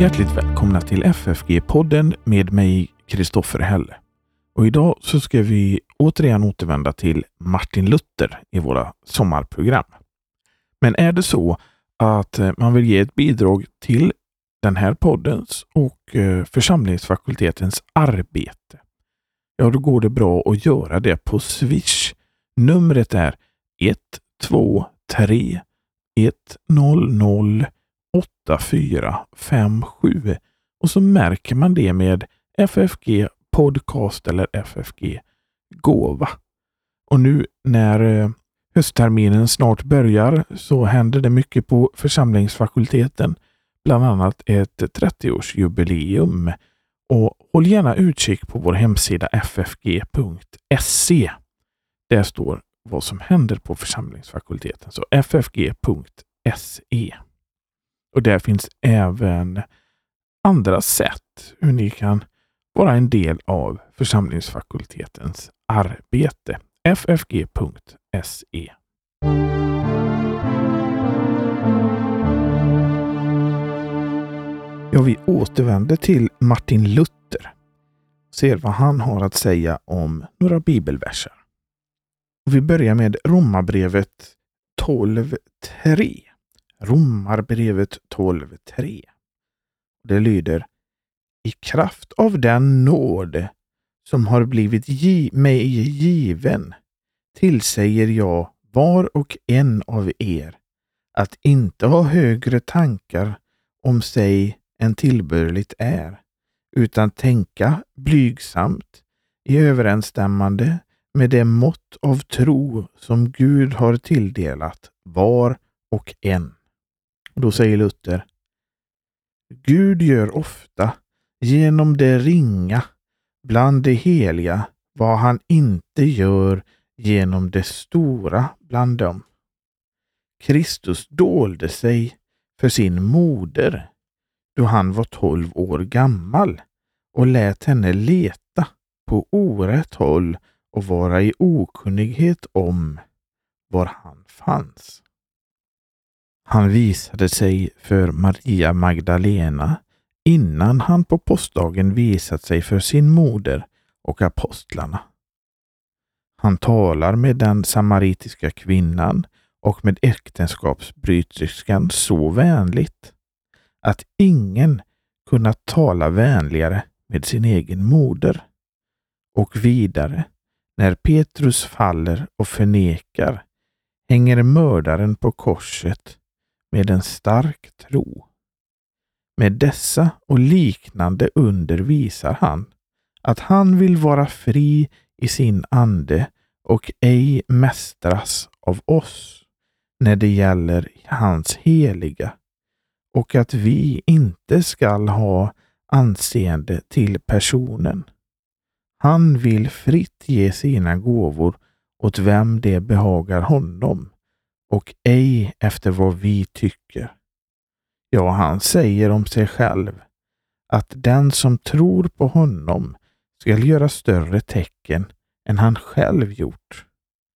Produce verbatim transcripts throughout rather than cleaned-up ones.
Hjärtligt välkomna till F F G-podden med mig, Kristoffer Hälle. Och idag så ska vi återigen återvända till Martin Luther i våra sommarprogram. Men är det så att man vill ge ett bidrag till den här poddens och församlingsfakultetens arbete, ja då går det bra att göra det på Swish. Numret är ett två tre ett noll noll åtta fyra fem sju och så märker man det med F F G podcast eller F F G gåva. Och nu när höstterminen snart börjar så händer det mycket på församlingsfakulteten, bland annat ett trettioårsjubileum. Och håll gärna utkik på vår hemsida f f g punkt se. Där står vad som händer på församlingsfakulteten, så f f g punkt se. Och där finns även andra sätt hur ni kan vara en del av församlingsfakultetens arbete. f f g punkt se. Ja, vi återvänder till Martin Luther. Ser vad han har att säga om några bibelverser. Och vi börjar med Romarbrevet tolv tre. Romarbrevet tolv tre. Det lyder: i kraft av den nåd som har blivit gi- mig given tillsäger jag var och en av er att inte ha högre tankar om sig än tillbörligt är, utan tänka blygsamt i överensstämmande med det mått av tro som Gud har tilldelat var och en. Då säger Luther: Gud gör ofta genom det ringa bland det heliga vad han inte gör genom det stora bland dem. Kristus dolde sig för sin moder då han var tolv år gammal och lät henne leta på orätt håll och vara i okunnighet om var han fanns. Han visade sig för Maria Magdalena innan han på påskdagen visat sig för sin moder och apostlarna. Han talar med den samaritiska kvinnan och med äktenskapsbryterskan så vänligt att ingen kunnat tala vänligare med sin egen moder. Och vidare, när Petrus faller och förnekar, hänger mördaren på korset med en stark tro. Med dessa och liknande under visar han att han vill vara fri i sin ande och ej mästras av oss när det gäller hans heliga, och att vi inte skall ha anseende till personen. Han vill fritt ge sina gåvor åt vem det behagar honom och ej efter vad vi tycker. Ja, han säger om sig själv att den som tror på honom ska göra större tecken än han själv gjort.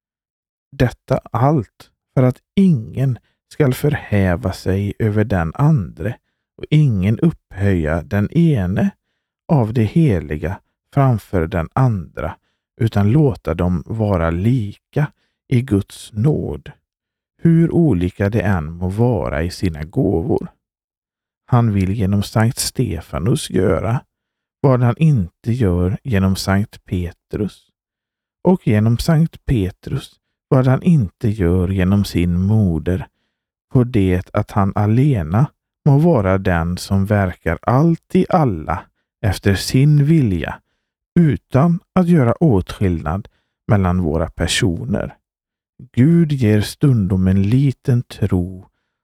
Detta allt för att ingen skall förhäva sig över den andre och ingen upphöja den ene av det heliga framför den andra, utan låta dem vara lika i Guds nåd, hur olika det än må vara i sina gåvor. Han vill genom Sankt Stefanus göra vad han inte gör genom Sankt Petrus, och genom Sankt Petrus vad han inte gör genom sin moder, på det att han alena må vara den som verkar allt i alla efter sin vilja, utan att göra åtskillnad mellan våra personer. Gud ger stundom en liten tro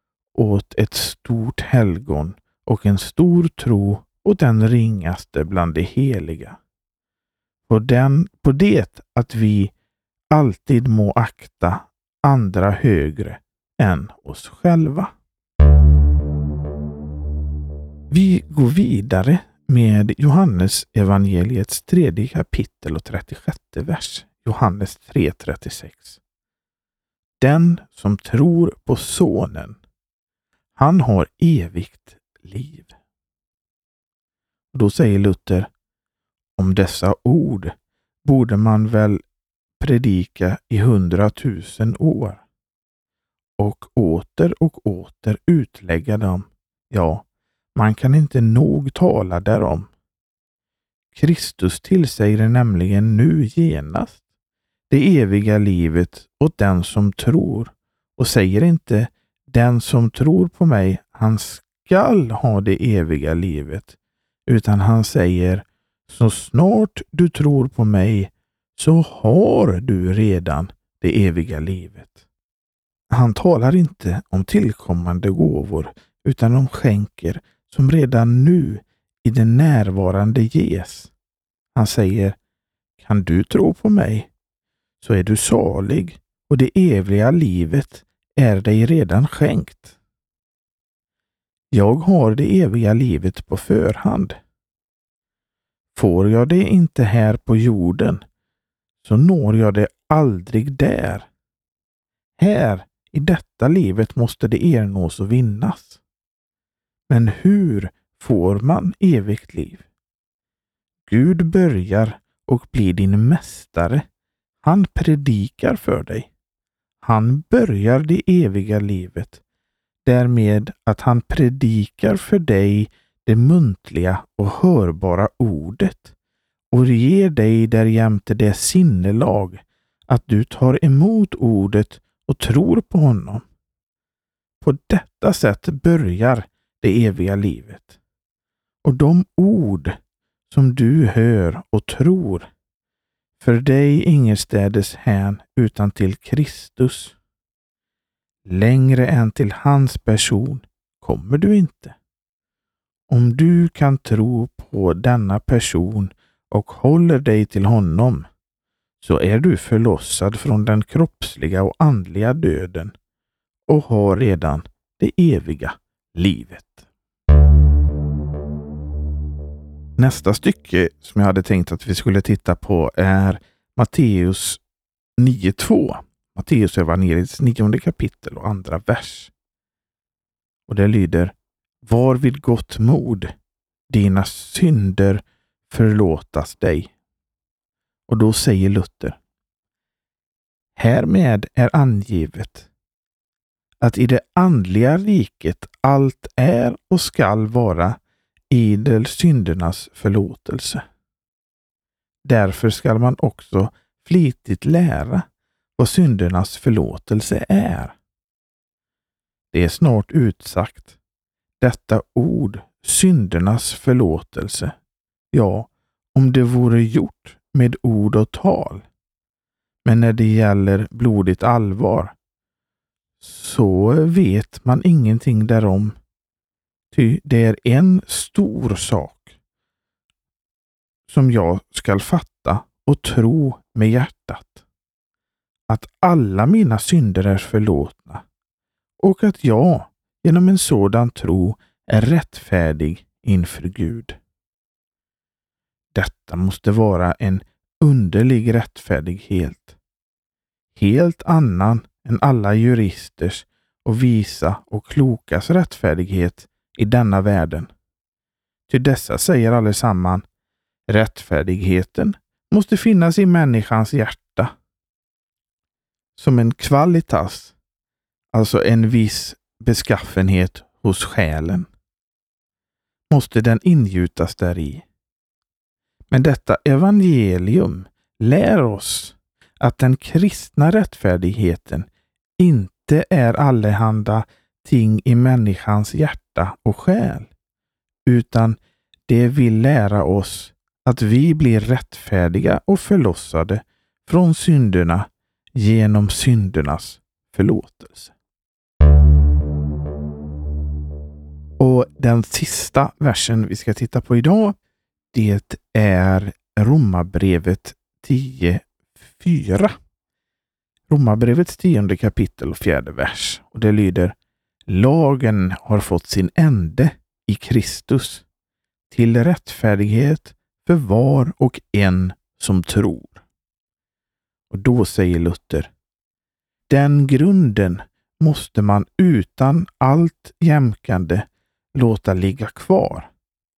åt ett stort helgon och en stor tro åt den ringaste bland de heliga. På, den, på det att vi alltid må akta andra högre än oss själva. Vi går vidare med Johannes evangeliets tredje kapitel och trettiosjätte vers. Johannes tre trettiosex. Den som tror på sonen, han har evigt liv. Och då säger Luther, om dessa ord borde man väl predika i hundratusen år och åter och åter utlägga dem. Ja, man kan inte nog tala därom. Kristus tillsäger nämligen nu genast det eviga livet åt den som tror och säger inte den som tror på mig, han skall ha det eviga livet, utan han säger så snart du tror på mig så har du redan det eviga livet. Han talar inte om tillkommande gåvor utan om skänker som redan nu i det närvarande ges. Han säger, kan du tro på mig så är du salig och det eviga livet är dig redan skänkt. Jag har det eviga livet på förhand. Får jag det inte här på jorden så når jag det aldrig där. Här i detta livet måste det ernås och vinnas. Men hur får man evigt liv? Gud börjar och blir din mästare. Han predikar för dig. Han börjar det eviga livet därmed att han predikar för dig det muntliga och hörbara ordet och ger dig därjämte det sinnelag att du tar emot ordet och tror på honom. På detta sätt börjar det eviga livet. Och de ord som du hör och tror, för dig ingenstädes hän utan till Kristus. Längre än till hans person kommer du inte. Om du kan tro på denna person och håller dig till honom, så är du förlossad från den kroppsliga och andliga döden och har redan det eviga livet. Nästa stycke som jag hade tänkt att vi skulle titta på är Matteus nio två. Matteus evangeliets nionde kapitel och andra vers. Och det lyder: var vid gott mod, dina synder förlåtas dig. Och då säger Luther: härmed är angivet att i det andliga riket allt är och skall vara idel syndernas förlåtelse. Därför skall man också flitigt lära vad syndernas förlåtelse är. Det är snart utsagt. Detta ord, syndernas förlåtelse, ja, om det vore gjort med ord och tal. Men när det gäller blodigt allvar, så vet man ingenting därom. Ty det är en stor sak som jag skall fatta och tro med hjärtat. Att alla mina synder är förlåtna och att jag genom en sådan tro är rättfärdig inför Gud. Detta måste vara en underlig rättfärdighet. Helt annan än alla juristers och visa och klokas rättfärdighet i denna världen. Till dessa säger allesamman: rättfärdigheten måste finnas i människans hjärta. Som en kvalitas, alltså en viss beskaffenhet hos själen, måste den ingjutas däri. Men detta evangelium lär oss att den kristna rättfärdigheten inte är allehanda ting i människans hjärta och själ, utan det vill lära oss att vi blir rättfärdiga och förlossade från synderna genom syndernas förlåtelse. Och den sista versen vi ska titta på idag, det är Romarbrevet tio fyra. Romarbrevets tionde kapitel och fjärde vers. Och det lyder: lagen har fått sin ände i Kristus till rättfärdighet för var och en som tror. Och då säger Luther: den grunden måste man utan allt jämkande låta ligga kvar.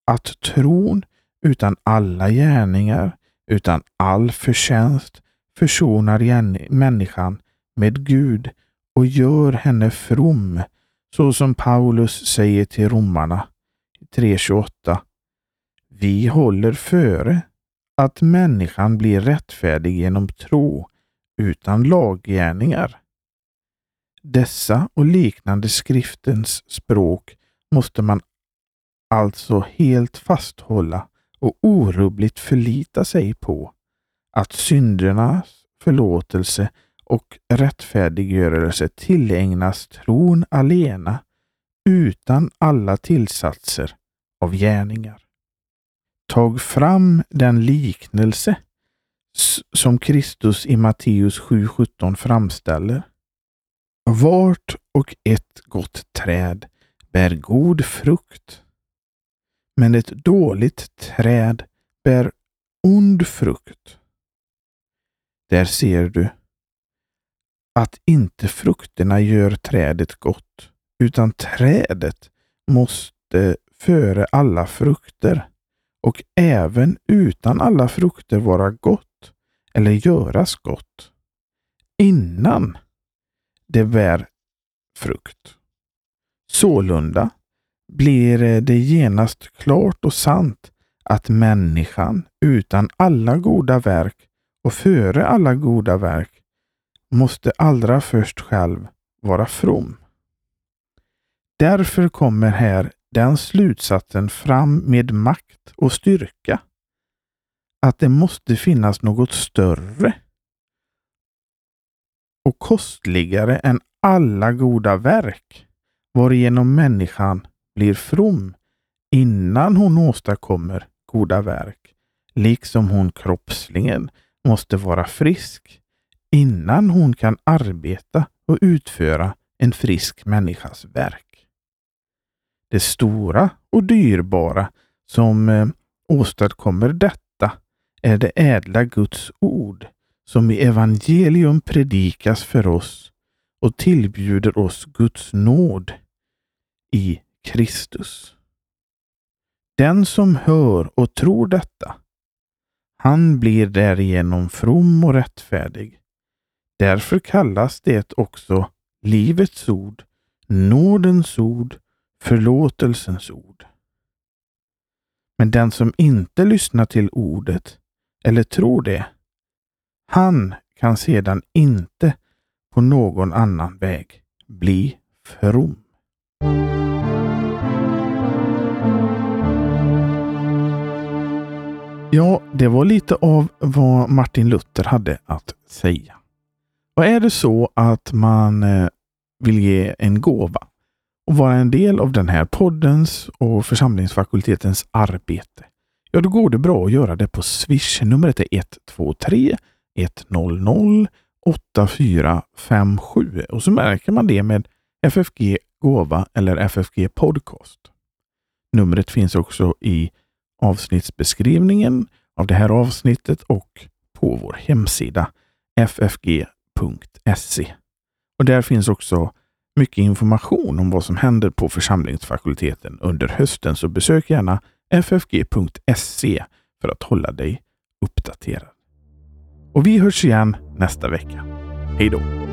att tron utan alla gärningar, utan all förtjänst, försonar igen människan med Gud och gör henne from, så som Paulus säger till romarna tre tjugoåtta. Vi håller före att människan blir rättfärdig genom tro utan laggärningar. Dessa och liknande skriftens språk måste man alltså helt fasthålla och orubbligt förlita sig på, att syndernas förlåtelse och rättfärdiggörelse tillägnas tron alena utan alla tillsatser av gärningar. Tag fram den liknelse som Kristus i Matteus sju sjutton framställer. Vart och ett gott träd bär god frukt, men ett dåligt träd bär ond frukt. Där ser du att inte frukterna gör trädet gott, utan trädet måste före alla frukter och även utan alla frukter vara gott eller göras gott innan det bär frukt. Sålunda blir det genast klart och sant att människan utan alla goda verk och före alla goda verk måste allra först själv vara from. Därför kommer här den slutsatsen fram med makt och styrka, att det måste finnas något större och kostligare än alla goda verk, varigenom människan blir from innan hon åstadkommer goda verk, liksom hon kroppsligen måste vara frisk innan hon kan arbeta och utföra en frisk människas verk. Det stora och dyrbara som eh, åstadkommer detta är det ädla Guds ord som i evangelium predikas för oss och tillbjuder oss Guds nåd i Kristus. Den som hör och tror detta, han blir därigenom from och rättfärdig. Därför kallas det också livets ord, nådens ord, förlåtelsens ord. Men den som inte lyssnar till ordet eller tror det, han kan sedan inte på någon annan väg bli from. Ja, det var lite av vad Martin Luther hade att säga. Och är det så att man eh, vill ge en gåva och vara en del av den här poddens och församlingsfakultetens arbete, ja då går det bra att göra det på Swish. Numret är ett två tre ett noll noll åtta fyra fem sju och så märker man det med F F G gåva eller F F G podcast. Numret finns också i avsnittsbeskrivningen av det här avsnittet och på vår hemsida f f g punkt se. Och där finns också mycket information om vad som händer på församlingsfakulteten under hösten, så besök gärna f f g punkt se för att hålla dig uppdaterad. Och vi hörs igen nästa vecka. Hej då!